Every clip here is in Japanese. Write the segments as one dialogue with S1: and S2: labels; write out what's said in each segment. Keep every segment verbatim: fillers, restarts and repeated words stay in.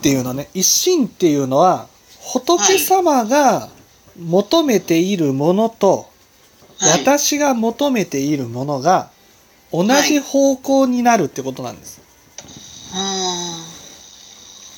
S1: っていうのはね、一心っていうのは仏様が求めているものと、はい、私が求めているものが同じ方向になるってことなんです。
S2: はい、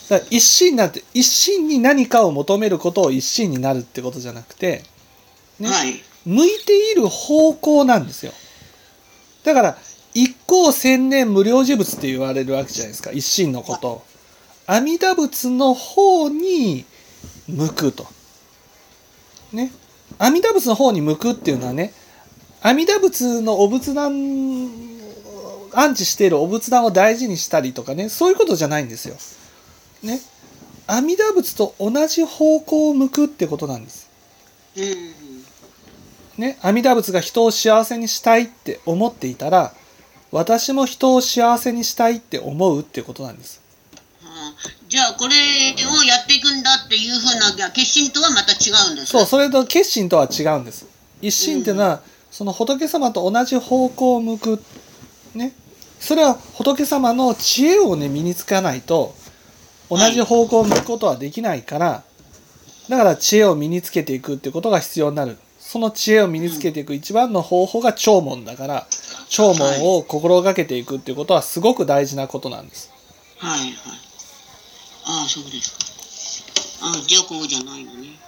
S1: だから一心なんて一心に何かを求めることを一心になるってことじゃなくて、ね、はい、向いている方向なんですよ。だから一向千年無量寿仏って言われるわけじゃないですか、一心のことを。阿弥陀仏の方に向くと。ね。阿弥陀仏の方に向くっていうのはね、阿弥陀仏のお仏壇、安置しているお仏壇を大事にしたりとかね、そういうことじゃないんですよ。ね。阿弥陀仏と同じ方向を向くってことなんです。ね。阿弥陀仏が人を幸せにしたいって思っていたら、私も人を幸せにしたいって思うってことなんです。
S2: じゃあこれをやっていくんだっていうふうな決心とはまた違うんですか？
S1: そう、それと決心とは違うんです。一心っていうのは、うん、その仏様と同じ方向を向く、ね、それは仏様の知恵をね身につかないと同じ方向を向くことはできないから、はい、だから知恵を身につけていくってことが必要になる。その知恵を身につけていく一番の方法が聴聞だから、聴聞を心がけていくっていうことはすごく大事なことなんです。
S2: はいはい。ああ、そうですか。ああ、じゃあこうじゃないのね。